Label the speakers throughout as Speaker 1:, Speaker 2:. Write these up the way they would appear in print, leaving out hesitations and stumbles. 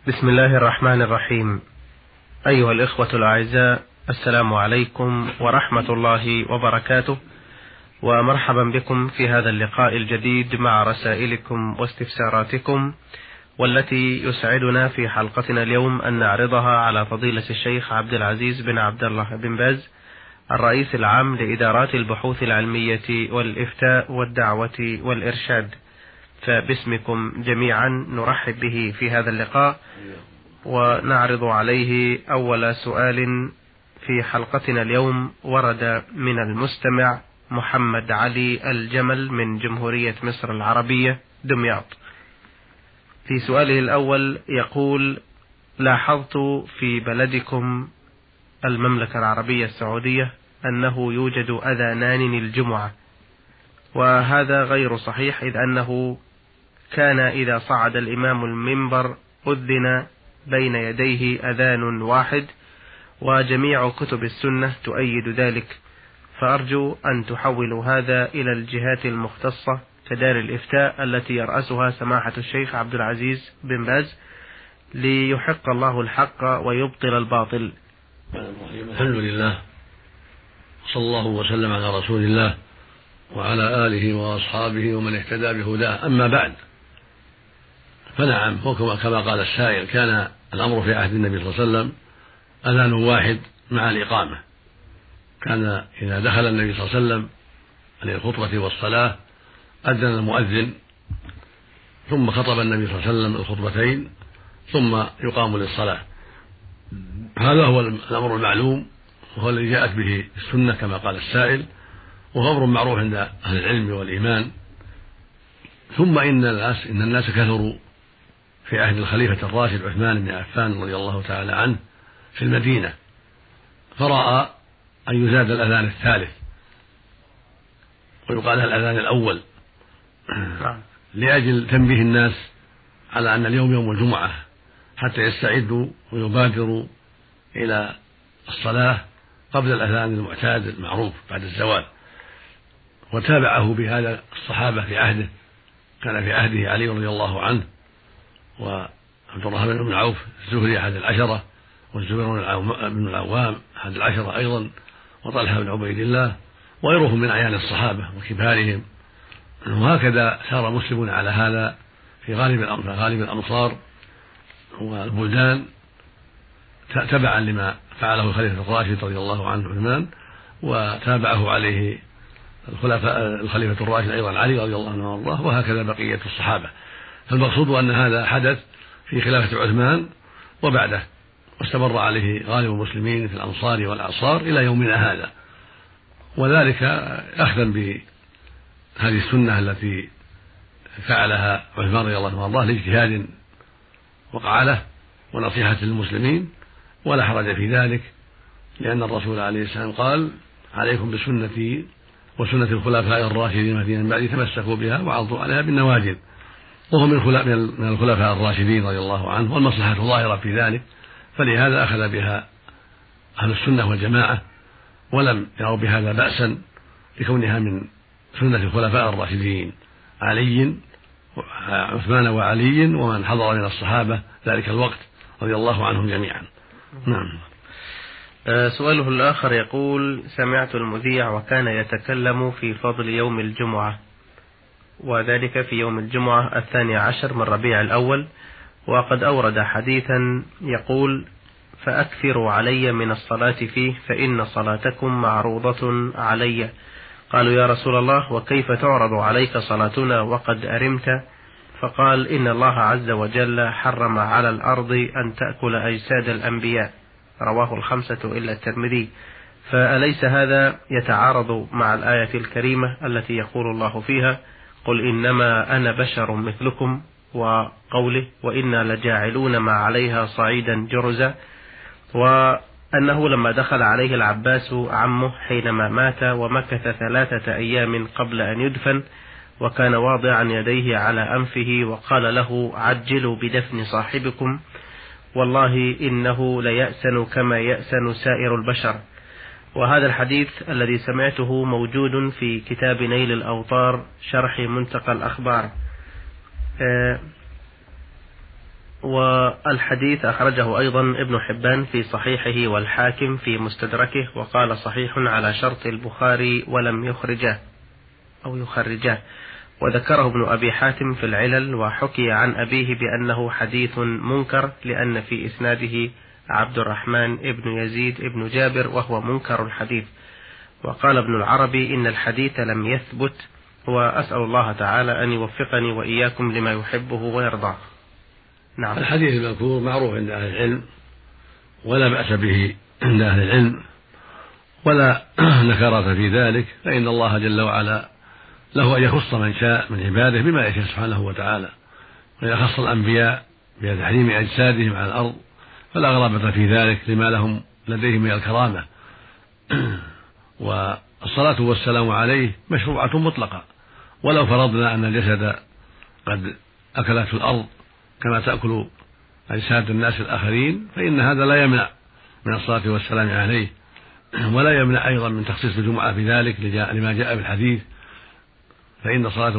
Speaker 1: بسم الله الرحمن الرحيم. أيها الإخوة الأعزاء، السلام عليكم ورحمة الله وبركاته، ومرحبا بكم في هذا اللقاء الجديد مع رسائلكم واستفساراتكم، والتي يسعدنا في حلقتنا اليوم أن نعرضها على فضيلة الشيخ عبد العزيز بن عبد الله بن باز، الرئيس العام لإدارات البحوث العلمية والإفتاء والدعوة والإرشاد. فباسمكم جميعا نرحب به في هذا اللقاء، ونعرض عليه أول سؤال في حلقتنا اليوم. ورد من المستمع محمد علي الجمل من جمهورية مصر العربية دمياط. في سؤاله الأول يقول: لاحظت في بلدكم المملكة العربية السعودية أنه يوجد أذانان الجمعة، وهذا غير صحيح، إذ أنه كان إذا صعد الإمام المنبر أذن بين يديه أذان واحد، وجميع كتب السنة تؤيد ذلك. فأرجو أن تحولوا هذا إلى الجهات المختصة كدار الإفتاء التي يرأسها سماحة الشيخ عبد العزيز بن باز، ليحق الله الحق ويبطل الباطل.
Speaker 2: الحمد لله، صلى الله وسلم على رسول الله وعلى آله وأصحابه ومن اهتدى بهداه. أما بعد، فنعم، كما قال السائل، كان الأمر في عهد النبي صلى الله عليه وسلم أذان واحد مع الإقامة. كان إذا دخل النبي صلى الله عليه وسلم للخطبة والصلاة أذن المؤذن، ثم خطب النبي صلى الله عليه وسلم الخطبتين، ثم يقام للصلاة. هذا هو الأمر المعلوم، وهو الذي جاءت به السنة كما قال السائل، وهو أمر معروف عند أهل العلم والإيمان. ثم إن الناس كثروا في عهد الخليفة الراشد عثمان بن عفان رضي الله تعالى عنه في المدينة، فرأى أن يزاد الأذان الثالث ويقال الأذان الأول، لأجل تنبيه الناس على أن اليوم يوم الجمعة، حتى يستعدوا ويبادروا إلى الصلاة قبل الأذان المعتاد المعروف بعد الزوال. وتابعه بهذا الصحابة في عهده، كان في عهده علي رضي الله عنه، وعبد الرحمن بن عوف الزهري أحد العشرة، والزبير بن العوام أحد العشرة أيضا، وطلحة بن عبيد الله، وغيرهم من أعيان الصحابة وكبارهم. وهكذا سار مسلمون على هذا في غالب الأمصار والبلدان، تبعا لما فعله الخليفة الراشد رضي الله عنه عثمان، وتابعه عليه الخليفة الراشد أيضا علي رضي الله عنه وارضاه، وهكذا بقية الصحابة. فالمقصود أن هذا حدث في خلافة عثمان وبعده، واستمر عليه غالب المسلمين في الأمصار والأعصار إلى يومنا هذا، وذلك أخذا بهذه السنة التي فعلها عثمان رضي الله عنه وارضاه لاجتهاد وقع له ونصيحة للمسلمين، ولا حرج في ذلك، لأن الرسول عليه السلام قال: عليكم بسنتي وسنة الخلفاء الراشدين من بعد، تمسكوا بها وعضوا عليها بالنواجذ. وهو من الخلفاء الراشدين رضي الله عنه، والمصلحة ظاهرة في ذلك، فلهذا أخذ بها أهل السنة والجماعة، ولم يروا بهذا بأسا لكونها من سنة الخلفاء الراشدين عثمان وعلي ومن حضر من الصحابة ذلك الوقت رضي الله عنهم جميعا. نعم.
Speaker 1: سؤاله الآخر يقول: سمعت المذيع وكان يتكلم في فضل يوم الجمعة، وذلك في يوم الجمعة 12 من ربيع الأول، وقد أورد حديثا يقول: فأكثروا علي من الصلاة فيه فإن صلاتكم معروضة علي. قالوا: يا رسول الله، وكيف تعرض عليك صلاتنا وقد أرمت؟ فقال: إن الله عز وجل حرم على الأرض أن تأكل أجساد الأنبياء، رواه الخمسة إلا الترمذي. فأليس هذا يتعارض مع الآية الكريمة التي يقول الله فيها: قل إنما أنا بشر مثلكم، وقوله: وإنا لجاعلون ما عليها صعيدا جرزا؟ وأنه لما دخل عليه العباس عمه حينما مات ومكث 3 أيام قبل أن يدفن، وكان واضعا يديه على أنفه، وقال له: عجلوا بدفن صاحبكم، والله إنه ليأسن كما يأسن سائر البشر. وهذا الحديث الذي سمعته موجود في كتاب نيل الأوطار شرح منتقى الأخبار. والحديث أخرجه أيضا ابن حبان في صحيحه والحاكم في مستدركه، وقال صحيح على شرط البخاري ولم يخرجه أو يخرجه. وذكره ابن أبي حاتم في العلل، وحكي عن أبيه بأنه حديث منكر لأن في إسناده عبد الرحمن ابن يزيد ابن جابر وهو منكر الحديث. وقال ابن العربي إن الحديث لم يثبت، وأسأل الله تعالى أن يوفقني وإياكم لما يحبه ويرضاه.
Speaker 2: نعم. الحديث المذكور معروف عند أهل العلم ولا بأس به عند أهل العلم ولا نكرة في ذلك، فإن الله جل وعلا له أن يخص من شاء من عباده بما يشاء سبحانه وتعالى، وإذا خص الأنبياء بتحريم أجسادهم على الأرض فلا غرابة في ذلك لما لهم لديهم من الكرامة. والصلاة والسلام عليه مشروعة مطلقة، ولو فرضنا أن الجسد قد أكلته الأرض كما تأكل أجساد الناس الآخرين فإن هذا لا يمنع من الصلاة والسلام عليه، ولا يمنع أيضا من تخصيص الجمعة بذلك لما جاء بالحديث، فإن الصلاة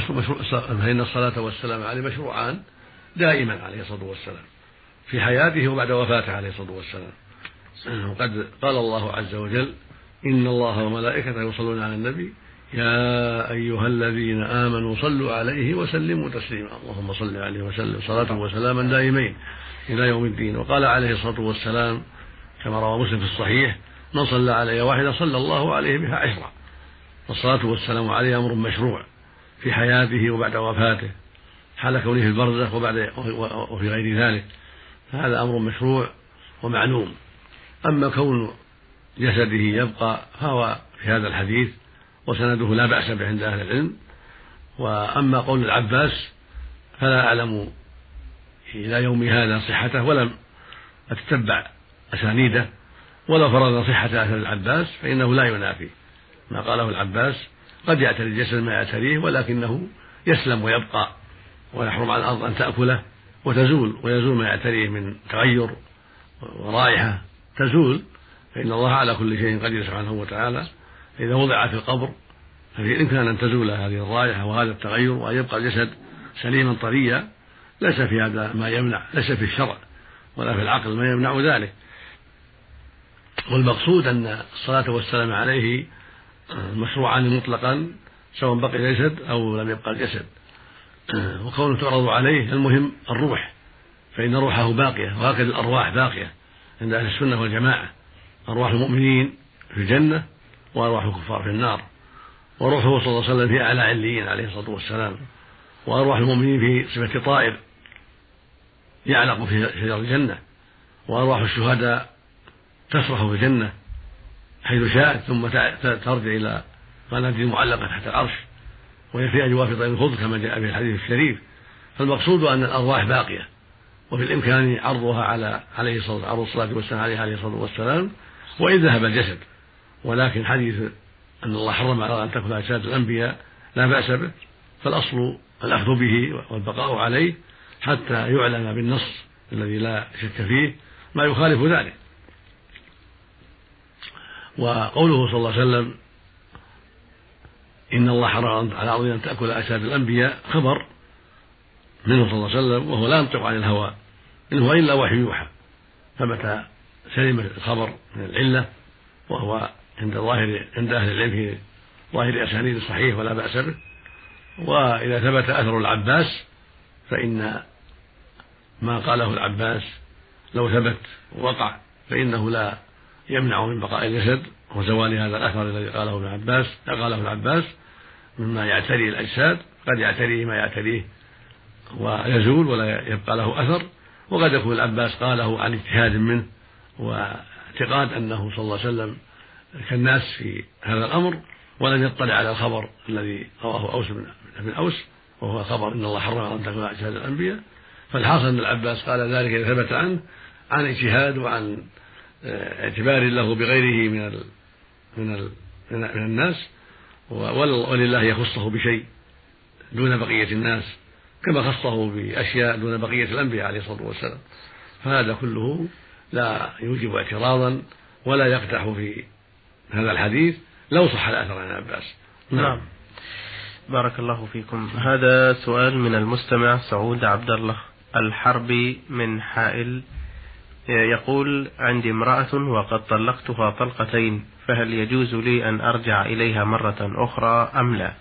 Speaker 2: والسلام عليه مشروعان دائما عليه الصلاة والسلام في حياته وبعد وفاته عليه الصلاة والسلام. وقد قال الله عز وجل: إن الله وملائكته يصلون على النبي يا أيها الذين آمنوا صلوا عليه وسلموا تسليما، اللهم صل عليه وسلم صلاة وسلاما دائمين إلى يوم الدين. وقال عليه الصلاة والسلام كما روى مسلم في الصحيح: من صلى علي واحدة صلى الله عليه بها عشرا. والصلاة والسلام عليه أمر مشروع في حياته وبعد وفاته، حال كونه في البرزخ وفي غير ذلك، فهذا أمر مشروع ومعلوم. أما كون جسده يبقى فهو في هذا الحديث وسنده لا بأس به عند أهل العلم. وأما قول العباس فلا أعلم إلى يوم هذا صحته ولم أتتبع أسانيده، ولو فرضنا صحة أثر العباس فإنه لا ينافي ما قاله العباس. قد يعتري الجسد ما يعتريه ولكنه يسلم ويبقى، ويحرم على الأرض أن تأكله ويزول ما يعتريه من تغير ورائحة تزول، فإن الله على كل شيء قدير سبحانه وتعالى. إذا وضع في القبر ففي الإمكان أن تزول هذه الرائحة وهذا التغير وأن يبقى الجسد سليما طريا، ليس في هذا ما يمنع، ليس في الشرع ولا في العقل ما يمنع ذلك. والمقصود أن الصلاة والسلام عليه مشروعان مطلقا سواء بقي الجسد أو لم يبقى الجسد. وكونه تعرض عليه المهم الروح، فإن روحه باقية، وهكذا الأرواح باقية عند أهل السنة والجماعة. أرواح المؤمنين في الجنة وأرواح الكفار في النار، وروحه صلى الله عليه وسلم في أعلى عليين عليه الصلاة والسلام، وأرواح المؤمنين في صفة طائر يعلق في شجر الجنة، وأرواح الشهداء تسرح في الجنة حيث شاءت ثم ترجع إلى قناديل المعلقة تحت العرش، وهي في أجواف طير الخضر كما جاء في الحديث الشريف. فالمقصود أن الأرواح باقية وفي الإمكان عرضها عليه الصلاة والسلام عليه الصلاة والسلام وإن ذهب الجسد. ولكن حديث أن الله حرم على أن تأكل أجساد الأنبياء لا بأس به، فالأصل الأخذ به والبقاء عليه حتى يعلن بالنص الذي لا شك فيه ما يخالف ذلك. وقوله صلى الله عليه وسلم إن الله حرم على الأرض أن تأكل أجساد الأنبياء خبر منه صلى الله عليه وسلم، وهو لا ينطق عن الهوى إن هو إلا وحي يوحى، ثبت سلم الخبر من العلة، وهو عند أهل العلم في ظاهر أسانيد صحيح ولا بأس به. وإذا ثبت أثر العباس فإن ما قاله العباس لو ثبت وقع فإنه لا يمنع من بقاء الجسد وزوال هذا الأثر الذي قاله العباس مما يعتري الأجساد. قد يعتريه ما يعتريه ويزول ولا يبقى له أثر، وقد يكون العباس قاله عن اجتهاد منه واعتقاد أنه صلى الله عليه وسلم كالناس في هذا الأمر، ولم يطلع على الخبر الذي رواه أوس بن أوس وهو خبر إن الله حرم أن تأكل أجساد الأنبياء. فالحاصل أن العباس قال ذلك إذا ثبت عنه عن اجتهاد وعن اعتبار له بغيره من الناس، ولله يخصه بشيء دون بقية الناس كما خصه بأشياء دون بقية الأنبياء عليه الصلاة والسلام. فهذا كله لا يوجب اعتراضا ولا يقدح في هذا الحديث لو صح الأثر عن العباس.
Speaker 1: نعم. بارك الله فيكم. هذا سؤال من المستمع سعود عبد الله الحرب من حائل يقول: عندي امرأة وقد طلقتها طلقتين، فهل يجوز لي أن أرجع إليها مرة أخرى أم لا؟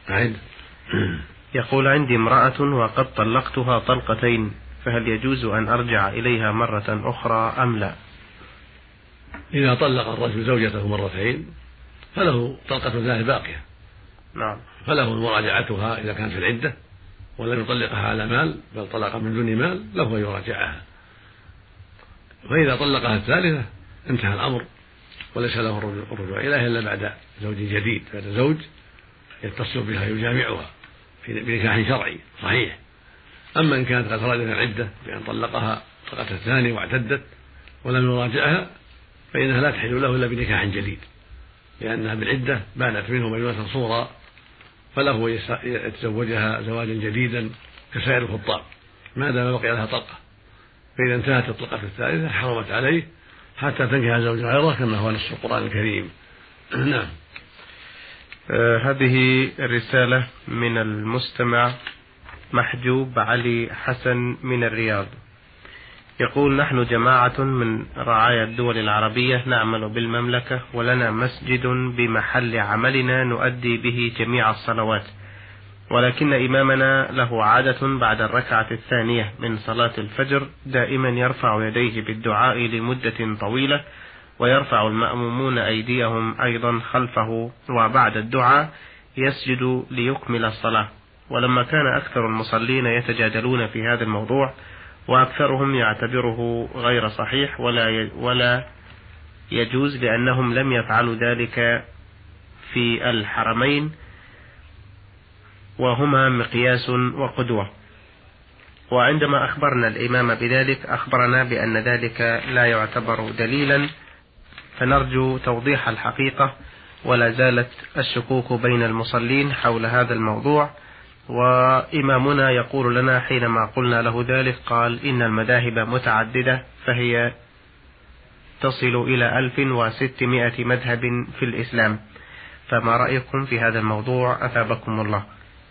Speaker 1: يقول: عندي امرأة وقد طلقتها طلقتين، فهل يجوز أن أرجع إليها مرة أخرى أم لا؟
Speaker 2: إذا طلق الرجل زوجته مرتين فله طلقة ثانية باقية.
Speaker 1: نعم.
Speaker 2: فله مراجعتها إذا كانت في العدة ولم يطلقها على مال بل طلق من دون مال، له أن يراجعها. فإذا طلقها الثالثة انتهى الأمر وليس له الرجوع إليها إلا بعد زوج جديد، بعد زوج يتصل بها يجامعها بنكاح شرعي صحيح. أما إن كانت قد خرجت العدة بأن طلقها طلقة الثانية واعتدت ولم يراجعها فإنها لا تحل له إلا بنكاح جديد، لأنها بالعدة بانت منه بينة صورا، فله يتزوجها زواجا جديدا كسائر الخطاب ما دام بقي لها طلقة. فإذا انتهت الطلقة الثالثة حرمت عليه حتى تنكح زوجا غيره كما هو نص القرآن الكريم. نعم.
Speaker 1: هذه الرسالة من المستمع محجوب علي حسن من الرياض، يقول: نحن جماعة من رعايا الدول العربية نعمل بالمملكة، ولنا مسجد بمحل عملنا نؤدي به جميع الصلوات، ولكن إمامنا له عادة بعد الركعة الثانية من صلاة الفجر دائما يرفع يديه بالدعاء لمدة طويلة، ويرفع المأمومون أيديهم أيضا خلفه، وبعد الدعاء يسجد ليكمل الصلاة. ولما كان أكثر المصلين يتجادلون في هذا الموضوع، وأكثرهم يعتبره غير صحيح ولا يجوز، لأنهم لم يفعلوا ذلك في الحرمين وهما مقياس وقدوة. وعندما أخبرنا الإمام بذلك أخبرنا بأن ذلك لا يعتبر دليلا، فنرجو توضيح الحقيقة. ولا زالت الشكوك بين المصلين حول هذا الموضوع، وإمامنا يقول لنا حينما قلنا له ذلك قال: إن المذاهب متعددة فهي تصل إلى 1600 مذهب في الإسلام، فما رأيكم في هذا الموضوع أثابكم الله؟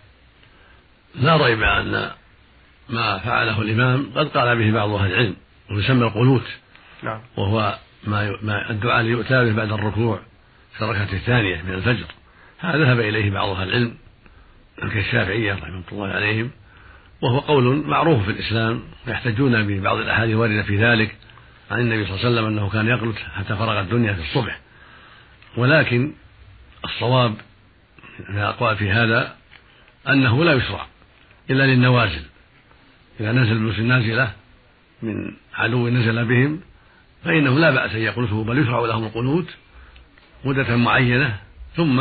Speaker 2: لا ريب أن ما فعله الإمام قد قال به بعض أهل العلم ويسمى القنوت.
Speaker 1: نعم.
Speaker 2: وهو ما الدعاء اللي يؤتى به بعد الركوع في الركعة الثانية من الفجر، هذا ذهب إليه بعض أهل العلم كالشافعية رحمه الله عليهم، وهو قول معروف في الإسلام، ويحتجون ببعض الأحاديث الواردة في ذلك عن النبي صلى الله عليه وسلم أنه كان يقنت حتى فرغ الدنيا في الصبح. ولكن الصواب من الأقوال في هذا أنه لا يشرع إلا للنوازل، إذا نزل المسلم نازلة من عدو نزل بهم فإنه لا بأس أن يقنته، بل يشرع لهم القنوت مدة معينة ثم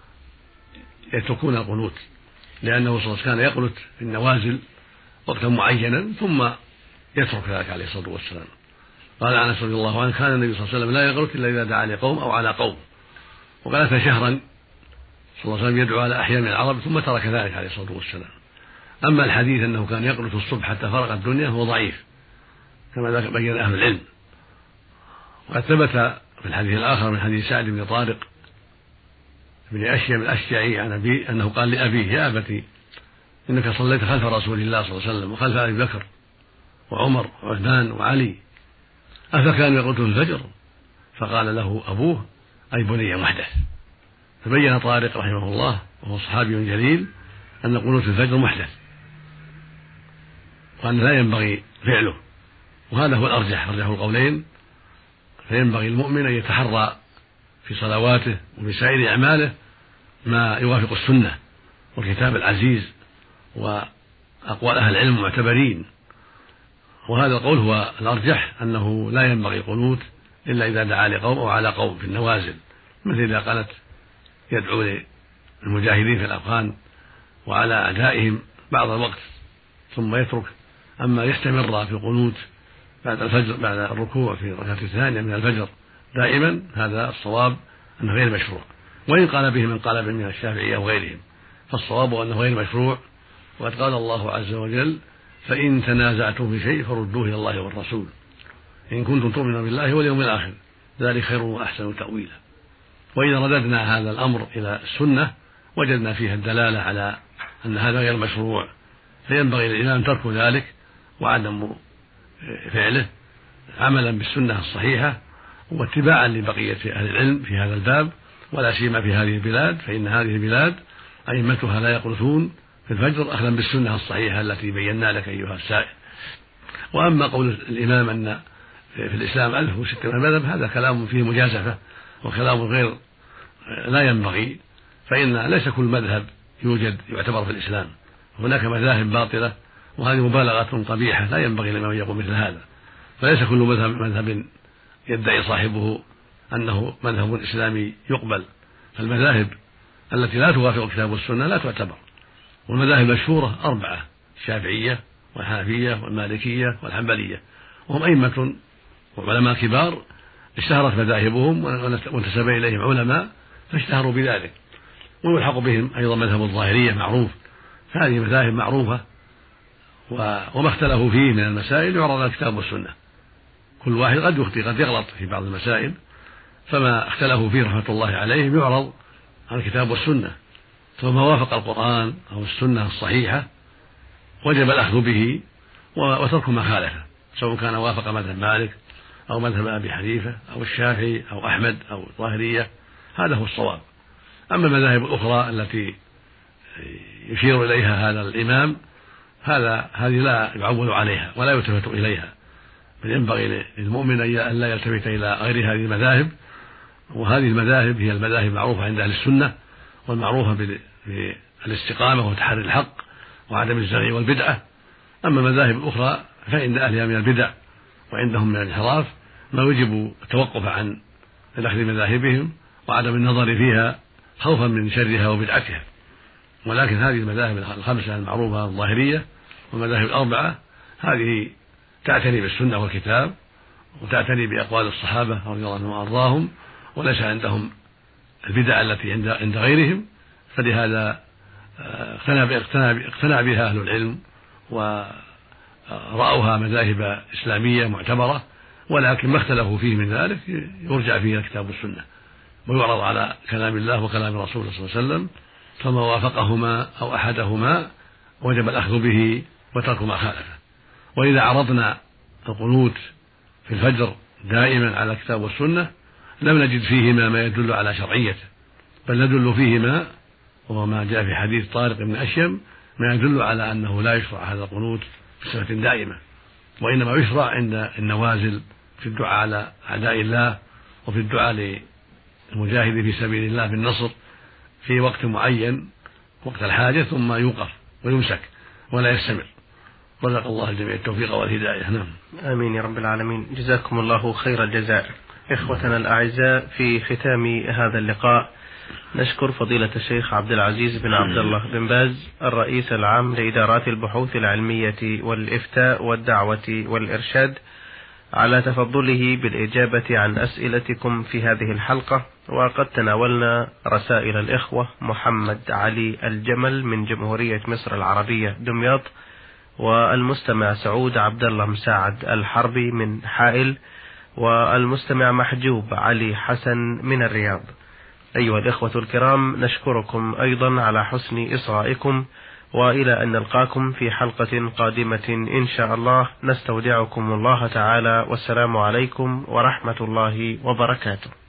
Speaker 2: يتركون القنوت، لأنه صلى الله عليه وسلم كان يقنت في النوازل وقتا معينا ثم يترك ذلك عليه الصلاة والسلام. قال أنس رضي الله عنه: كان النبي صلى الله عليه وسلم لا يقنت إلا إذا دعا لقوم أو على قوم، وقالت شهرا صلى الله عليه وسلم يدعو على أحياء من العرب ثم ترك ذلك عليه الصلاة والسلام. أما الحديث أنه كان يقنت الصبح حتى فرغ الدنيا هو ضعيف كما بين أهل العلم. وقد ثبت في الحديث الآخر من حديث سعد بن طارق بن أشيم الأشجعي عن أبيه أنه قال لأبيه: يا أبتي إنك صليت خلف رسول الله صلى الله عليه وسلم وخلف أبي بكر وعمر وعثمان وعلي، أفكانوا يقنتون الفجر؟ فقال له أبوه: أي بني محدث. فبين طارق رحمه الله وهو صحابي جليل أن قنوت الفجر محدث وأن لا ينبغي فعله، وهذا هو الأرجح القولين. فينبغي المؤمن أن يتحرى في صلواته وفي سائر أعماله ما يوافق السنة والكتاب العزيز وأقوال أهل العلم المعتبرين. وهذا القول هو الأرجح، أنه لا ينبغي القنوت إلا إذا دعا لقوم أو على قوم في النوازل، مثل إذا قالت يدعو للمجاهدين في الأفغان وعلى أعدائهم بعض الوقت ثم يترك. أما يستمر في القنوت بعد الفجر بعد الركوع في الركعة الثانية من الفجر دائما، هذا الصواب أنه غير مشروع، وإن قال به من قال به من الشافعية وغيرهم، فالصواب أنه غير مشروع. وقد قال الله عز وجل: فإن تنازعتم في شيء فردوه إلى الله والرسول إن كنتم تؤمنون بالله واليوم الآخر ذلك خير وأحسن تأويلا. وإذا رددنا هذا الأمر إلى السنة وجدنا فيها الدلالة على أن هذا غير مشروع، فينبغي للإمام ترك ذلك وعدم فعله عملا بالسنة الصحيحة واتباعا لبقية أهل العلم في هذا الباب، ولا سيما في هذه البلاد، فإن هذه البلاد أئمتها لا يقنطون في الفجر أخذا بالسنة الصحيحة التي بينا لك أيها السائل. وأما قول الإمام أن في الإسلام 1600 مذهب هذا كلام فيه مجازفة وكلام غير لا ينبغي، فإن ليس كل مذهب يوجد يعتبر في الإسلام، هناك مذاهب باطلة وهذه مبالغة قبيحة لا ينبغي لمن يقول مثل هذا. فليس كل مذهب يدعي صاحبه أنه مذهب إسلامي يقبل، فالمذاهب التي لا توافق الكتاب والسنة لا تعتبر. والمذاهب المشهورة 4: الشافعية والحنفية والمالكية والحنبلية، وهم أئمة وعلماء كبار اشتهرت مذاهبهم وانتسب إليهم علماء فاشتهروا بذلك. ويلحق بهم أيضا مذهب الظاهرية معروف، هذه مذاهب معروفة وما اختلفوا فيه من المسائل يعرض على الكتاب والسنة. كل واحد قد يخطئ قد يغلط في بعض المسائل، فما اختلفوا فيه رحمة الله عليهم يعرض على الكتاب والسنة، فما وافق القرآن أو السنة الصحيحة وجب الأخذ به وترك ما خالفه، سواء كان وافق مذهب مالك أو مذهب أبي حنيفة أو الشافعي أو أحمد أو الظاهرية، هذا هو الصواب. أما المذاهب الأخرى التي يشير إليها هذا الإمام هذه لا يعول عليها ولا يلتفت إليها، بل ينبغي للمؤمن أن لا يلتفت إلى غير هذه المذاهب. وهذه المذاهب هي المذاهب المعروفة عند أهل السنة والمعروفة بالاستقامة وتحري الحق وعدم الزرع والبدعة. أما المذاهب الأخرى فإن أهلها من البدع وعندهم من الانحراف ما يجب التوقف عن الأخذ مذاهبهم وعدم النظر فيها خوفا من شرها وبدعتها. ولكن هذه المذاهب الخمسة المعروفة الظاهرية والمذاهب الأربعة هذه تعتني بالسنة والكتاب وتعتني بأقوال الصحابة رضي الله عنهم وأرضاهم، وليس عندهم البدع التي عند غيرهم، فلهذا اقتنع بها أهل العلم ورأوها مذاهب إسلامية معتبرة. ولكن ما اختلفوا فيه من ذلك يرجع فيه الكتاب والسنة ويعرض على كلام الله وكلام رسوله صلى الله عليه وسلم، فما وافقهما أو أحدهما وجب الأخذ به وترك ما خالفه. وإذا عرضنا القنوت في الفجر دائما على الكتاب والسنة لم نجد فيهما ما يدل على شرعيته، بل ندل فيهما وهو ما جاء في حديث طارق بن أشيم ما يدل على أنه لا يشرع هذا القنوت بصفة دائمة، وإنما يشرع عند النوازل في الدعاء على أعداء الله وفي الدعاء للمجاهد في سبيل الله بالنصر في وقت معين وقت الحاجة، ثم يوقف ويمسك ولا يستمر. رزق الله الجميع التوفيق والهداية. نعم.
Speaker 1: آمين يا رب العالمين. جزاكم الله خير الجزاء. إخوتنا الأعزاء، في ختام هذا اللقاء نشكر فضيلة الشيخ عبد العزيز بن عبد الله بن باز الرئيس العام لإدارات البحوث العلمية والإفتاء والدعوة والإرشاد على تفضله بالإجابة عن أسئلتكم في هذه الحلقة. وقد تناولنا رسائل الإخوة محمد علي الجمل من جمهورية مصر العربية دمياط، والمستمع سعود عبد الله مساعد الحربي من حائل، والمستمع محجوب علي حسن من الرياض. أيها الإخوة الكرام، نشكركم أيضا على حسن إصغائكم، وإلى أن نلقاكم في حلقة قادمة إن شاء الله، نستودعكم الله تعالى، والسلام عليكم ورحمة الله وبركاته.